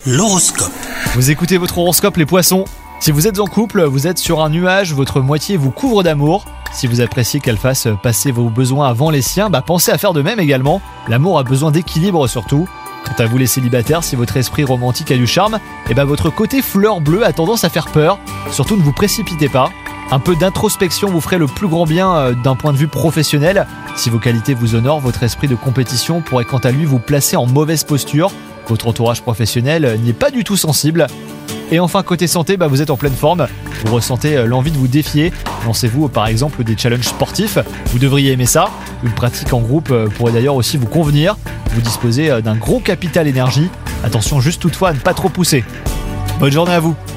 L'horoscope. Vous écoutez votre horoscope les poissons. Si vous êtes en couple, vous êtes sur un nuage, votre moitié vous couvre d'amour. Si vous appréciez qu'elle fasse passer vos besoins avant les siens, pensez à faire de même également. L'amour a besoin d'équilibre surtout. Quant à vous les célibataires, si votre esprit romantique a du charme, votre côté fleur bleue a tendance à faire peur. Surtout ne vous précipitez pas. Un peu d'introspection vous ferait le plus grand bien d'un point de vue professionnel. Si vos qualités vous honorent, votre esprit de compétition pourrait quant à lui vous placer en mauvaise posture. Votre entourage professionnel n'y est pas du tout sensible. Et enfin, côté santé, vous êtes en pleine forme. Vous ressentez l'envie de vous défier. Lancez-vous par exemple des challenges sportifs. Vous devriez aimer ça. Une pratique en groupe pourrait d'ailleurs aussi vous convenir. Vous disposez d'un gros capital énergie. Attention juste toutefois à ne pas trop pousser. Bonne journée à vous.